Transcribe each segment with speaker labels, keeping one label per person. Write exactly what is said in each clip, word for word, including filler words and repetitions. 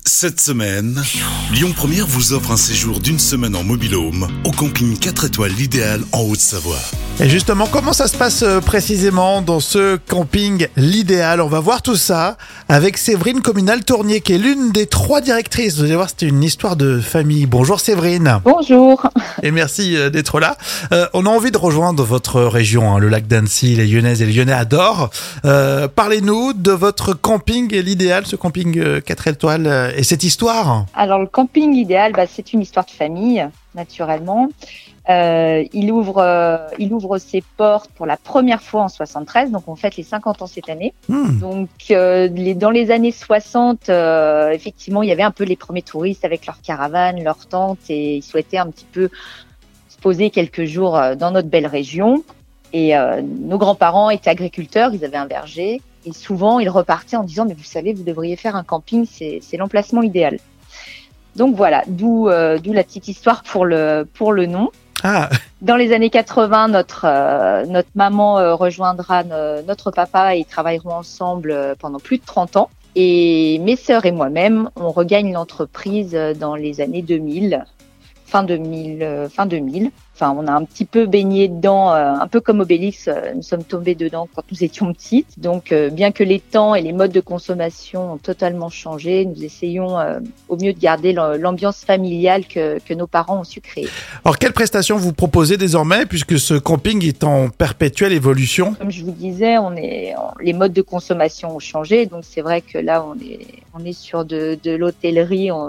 Speaker 1: Cette semaine, Lyon Première vous offre un séjour d'une semaine en mobil-home au camping quatre étoiles l'Idéal en Haute-Savoie.
Speaker 2: Et justement, comment ça se passe euh, précisément dans ce camping l'Idéal? On va voir tout ça avec Séverine Communal-Tournier, qui est l'une des trois directrices. Vous allez voir, c'est une histoire de famille. Bonjour Séverine.
Speaker 3: Bonjour.
Speaker 2: Et merci euh, d'être là. Euh, on a envie de rejoindre votre région, hein, le lac d'Annecy. Les Lyonnaises et les Lyonnais adorent. Euh, parlez-nous de votre camping l'Idéal, ce camping euh, quatre étoiles euh, et cette histoire.
Speaker 3: Alors le camping l'Idéal, bah, c'est une histoire de famille, naturellement. Euh, il ouvre, euh, il ouvre ses portes pour la première fois en soixante-treize, donc on fête les cinquante ans cette année.
Speaker 2: Hmm.
Speaker 3: Donc euh, les, dans les années soixante, euh, effectivement, il y avait un peu les premiers touristes avec leurs caravanes, leurs tentes, et ils souhaitaient un petit peu se poser quelques jours dans notre belle région. Et euh, nos grands-parents étaient agriculteurs, ils avaient un verger, et souvent ils repartaient en disant « mais vous savez, vous devriez faire un camping, c'est, c'est l'emplacement idéal ». Donc voilà, d'où, euh, d'où la petite histoire pour le, pour le nom.
Speaker 2: Ah,
Speaker 3: Dans les années quatre-vingts, notre euh, notre maman euh, rejoindra no- notre papa et ils travailleront ensemble euh, pendant plus de trente ans. Et mes sœurs et moi-même, on regagne l'entreprise euh, dans les années deux mille, fin deux mille, euh, fin deux mille. Enfin, on a un petit peu baigné dedans, euh, un peu comme Obélix. Euh, nous sommes tombés dedans quand nous étions petites. Donc, euh, bien que les temps et les modes de consommation ont totalement changé, nous essayons euh, au mieux de garder l'am- l'ambiance familiale que que nos parents ont su créer.
Speaker 2: alors quelles prestations vous proposez désormais, puisque ce camping est en perpétuelle évolution?
Speaker 3: Comme je vous disais, on est, on- les modes de consommation ont changé, donc c'est vrai que là, on est, on est sur de, de l'hôtellerie on-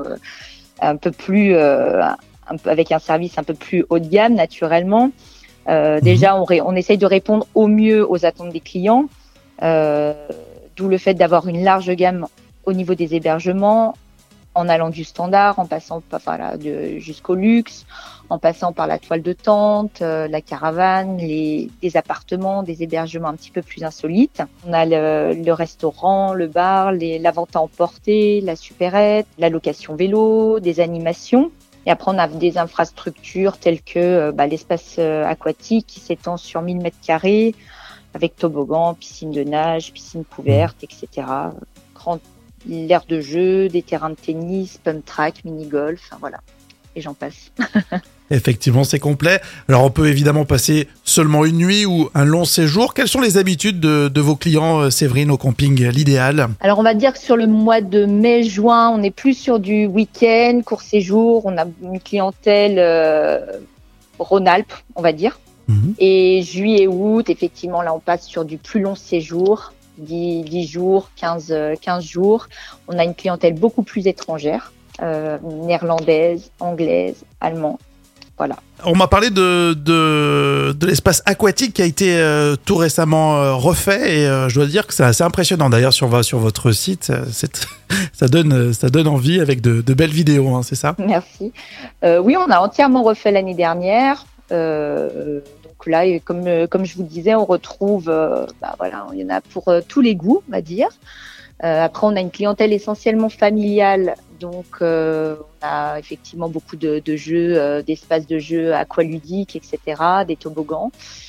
Speaker 3: un peu plus, euh, un peu, avec un service un peu plus haut de gamme, naturellement. Euh, déjà, on, ré- on essaye de répondre au mieux aux attentes des clients, euh, d'où le fait d'avoir une large gamme au niveau des hébergements, en allant du standard, en passant par, voilà, de, jusqu'au luxe, en passant par la toile de tente, euh, la caravane, les, des appartements, des hébergements un petit peu plus insolites. On a le, le restaurant, le bar, les, la vente à emporter, la supérette, la location vélo, des animations. Et après, on a des infrastructures telles que euh, bah, l'espace euh, aquatique qui s'étend sur mille mètres carrés, avec toboggan, piscine de nage, piscine couverte, et cetera. Grand l'aire de jeu, des terrains de tennis, pump track, mini-golf, enfin voilà. Et j'en passe.
Speaker 2: Effectivement, c'est complet. Alors, on peut évidemment passer seulement une nuit ou un long séjour. Quelles sont les habitudes de, de vos clients, euh, Séverine, au camping l'Idéal?
Speaker 3: Alors, on va dire que sur le mois de mai-juin, on est plus sur du week-end, court séjour. On a une clientèle euh, Rhône-Alpes, on va dire.
Speaker 2: Mhm.
Speaker 3: Et juillet-août, effectivement, là, on passe sur du plus long séjour, dix, dix jours, quinze, euh, quinze jours. On a une clientèle beaucoup plus étrangère, euh, néerlandaise, anglaise, allemande. Voilà.
Speaker 2: On m'a parlé de, de, de l'espace aquatique qui a été euh, tout récemment euh, refait et euh, je dois dire que c'est assez impressionnant. D'ailleurs, si on va sur votre site, euh, c'est, ça, donne, ça donne envie avec de, de belles vidéos, hein, c'est ça?
Speaker 3: Merci. Euh, oui, on a entièrement refait l'année dernière. Euh, donc là, et comme euh, comme je vous disais, on retrouve, euh, bah voilà, il y en a pour euh, tous les goûts, on va dire. Euh, après, on a une clientèle essentiellement familiale, donc euh, on a effectivement beaucoup de, de jeux, euh, d'espaces de jeux aqualudiques, et cetera, des toboggans,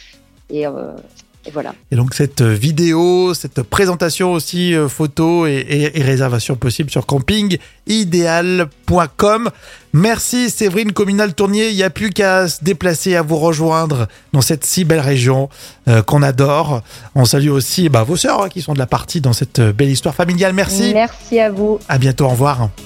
Speaker 3: et, euh, et voilà.
Speaker 2: Et donc cette vidéo, cette présentation aussi euh, photo et, et, et réservation possible sur camping idéal point com. Merci Séverine Communal-Tournier. Il n'y a plus qu'à se déplacer, à vous rejoindre dans cette si belle région euh, qu'on adore. On salue aussi bah, vos sœurs hein, qui sont de la partie dans cette belle histoire familiale. Merci.
Speaker 3: Merci à vous.
Speaker 2: À bientôt. Au revoir.